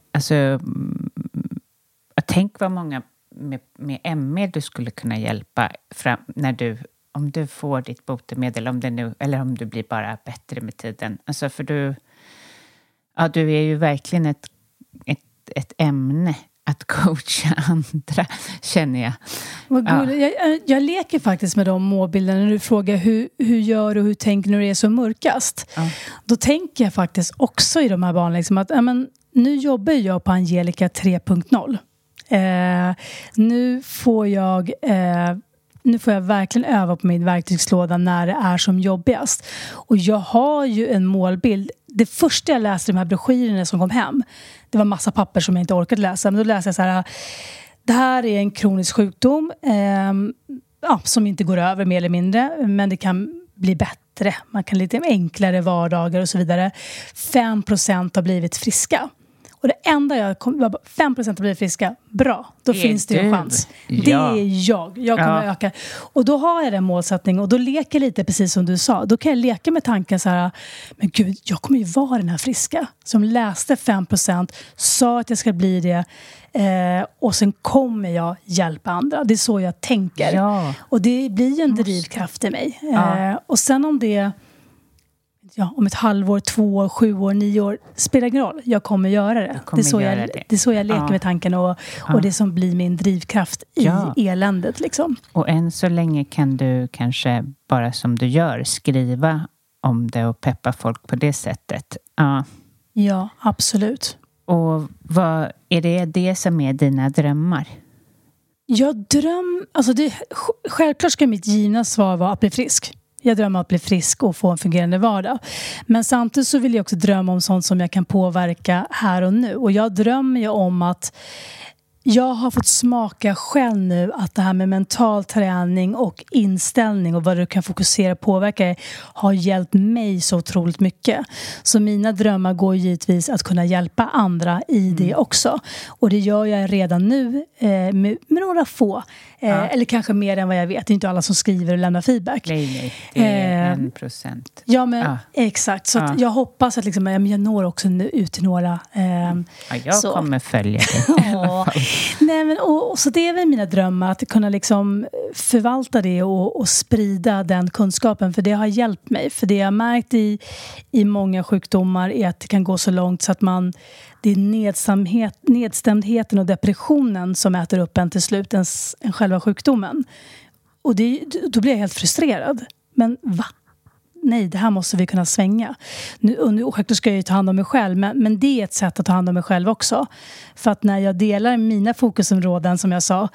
tänk vad många med ME du skulle kunna hjälpa fram om du får ditt botemedel, eller om du blir bara bättre med tiden. Alltså för du är ju verkligen ett ämne att coacha andra, känner jag. Jag leker faktiskt med de målbilderna när du frågar hur gör du och hur tänker när det är som mörkast. Ja. Då tänker jag faktiskt också i de här barnen att nu jobbar jag på Angelica 3.0. Nu får jag verkligen öva på min verktygslåda när det är som jobbigast. Och jag har ju en målbild. Det första jag läste, de här broschyrerna som kom hem, det var massa papper som jag inte orkat läsa. Men då läste jag så här: det här är en kronisk sjukdom som inte går över mer eller mindre, men det kan bli bättre. Man kan lite enklare vardagar och så vidare. 5% har blivit friska. Och det enda jag kom, var 5% blir friska. Bra, då finns det ju en chans. Ja. Det är jag kommer öka. Och då har jag den målsättningen. Och då leker lite precis som du sa. Då kan jag leka med tanken så här: men gud, jag kommer ju vara den här friska som läste 5%, sa att jag ska bli det. Och sen kommer jag hjälpa andra. Det är så jag tänker. Ja. Och det blir en drivkraft i mig. Och sen om det... om ett halvår, 2 år, 7 år, 9 år, spelar ingen roll. Jag kommer göra det. Det är så jag leker med tanken och det som blir min drivkraft i eländet. Och än så länge kan du kanske bara som du gör skriva om det och peppa folk på det sättet. Ja, absolut. Och vad är det som är dina drömmar? Självklart ska mitt givna svar vara att bli frisk. Jag drömmer om att bli frisk och få en fungerande vardag. Men samtidigt så vill jag också drömma om sånt som jag kan påverka här och nu. Och jag drömmer ju om att jag har fått smaka själv nu att det här med mental träning och inställning och vad du kan fokusera och påverka har hjälpt mig så otroligt mycket. Så mina drömmar går givetvis att kunna hjälpa andra i det också. Och det gör jag redan nu med några få. Eller kanske mer än vad jag vet. Det är inte alla som skriver och lämnar feedback. Nej, det är 1%. Ja, men exakt. Så att jag hoppas att liksom, jag når också ut till några. Jag kommer följa det i alla fall. Nej, men, och så det är väl mina drömmar att kunna liksom förvalta det och sprida den kunskapen, för det har hjälpt mig. För det jag har märkt i många sjukdomar är att det kan gå så långt så att det är nedstämdheten och depressionen som äter upp en till slut, en själva sjukdomen. Och då blir jag helt frustrerad. Men va? Nej, det här måste vi kunna svänga. Nu självklart ska jag ju ta hand om mig själv, men det är ett sätt att ta hand om mig själv också. För att när jag delar mina fokusområden, som jag sa,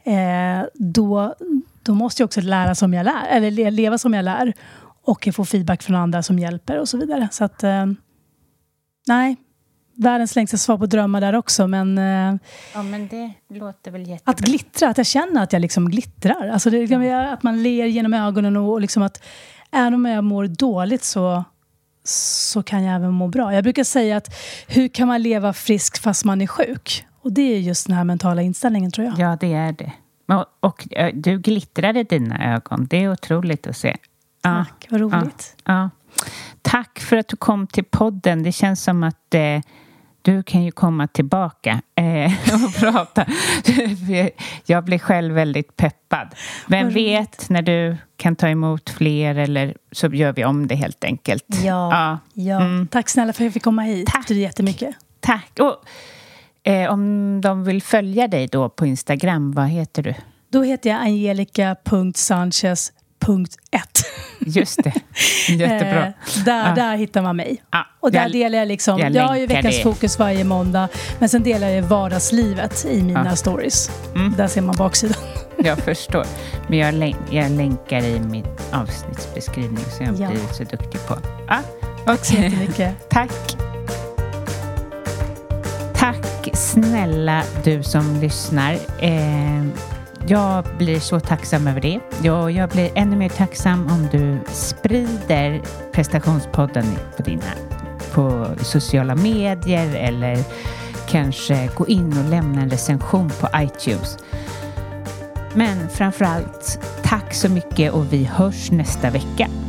då måste jag också lära som jag lär, eller leva som jag lär, och jag får feedback från andra som hjälper och så vidare. Så att nej, världens längsta svar på drömmar där också, men ja, men det låter väl jättebra. Att glittra, att jag känner att jag liksom glittrar, alltså det kan vara att man ler genom ögonen och liksom att även om jag mår dåligt så kan jag även må bra. Jag brukar säga att hur kan man leva frisk fast man är sjuk? Och det är just den här mentala inställningen, tror jag. Ja, det är det. Och du glittrade i dina ögon. Det är otroligt att se. Tack, vad roligt. Ja. Tack för att du kom till podden. Det känns som att du kan ju komma tillbaka och prata. Jag blir själv väldigt peppad. Vem vet när du kan ta emot fler, eller så gör vi om det helt enkelt. Ja. Tack snälla för att jag fick komma hit. Tack. Det är jättemycket. Tack. Och om de vill följa dig då på Instagram, vad heter du? Då heter jag Angelica.Sanchez.1. Just det, jättebra. Där hittar man mig. Och där delar jag liksom, jag har ju veckans fokus varje måndag, men sen delar jag vardagslivet i mina stories. Där ser man baksidan. Jag förstår. Men jag länkar i min avsnittsbeskrivning, så jag blir så duktig på. Tack så jättemycket. Tack. Tack snälla du som lyssnar. Jag blir så tacksam över det. Jag blir ännu mer tacksam om du sprider prestationspodden på sociala medier, eller kanske gå in och lämna en recension på iTunes. Men framförallt, tack så mycket, och vi hörs nästa vecka.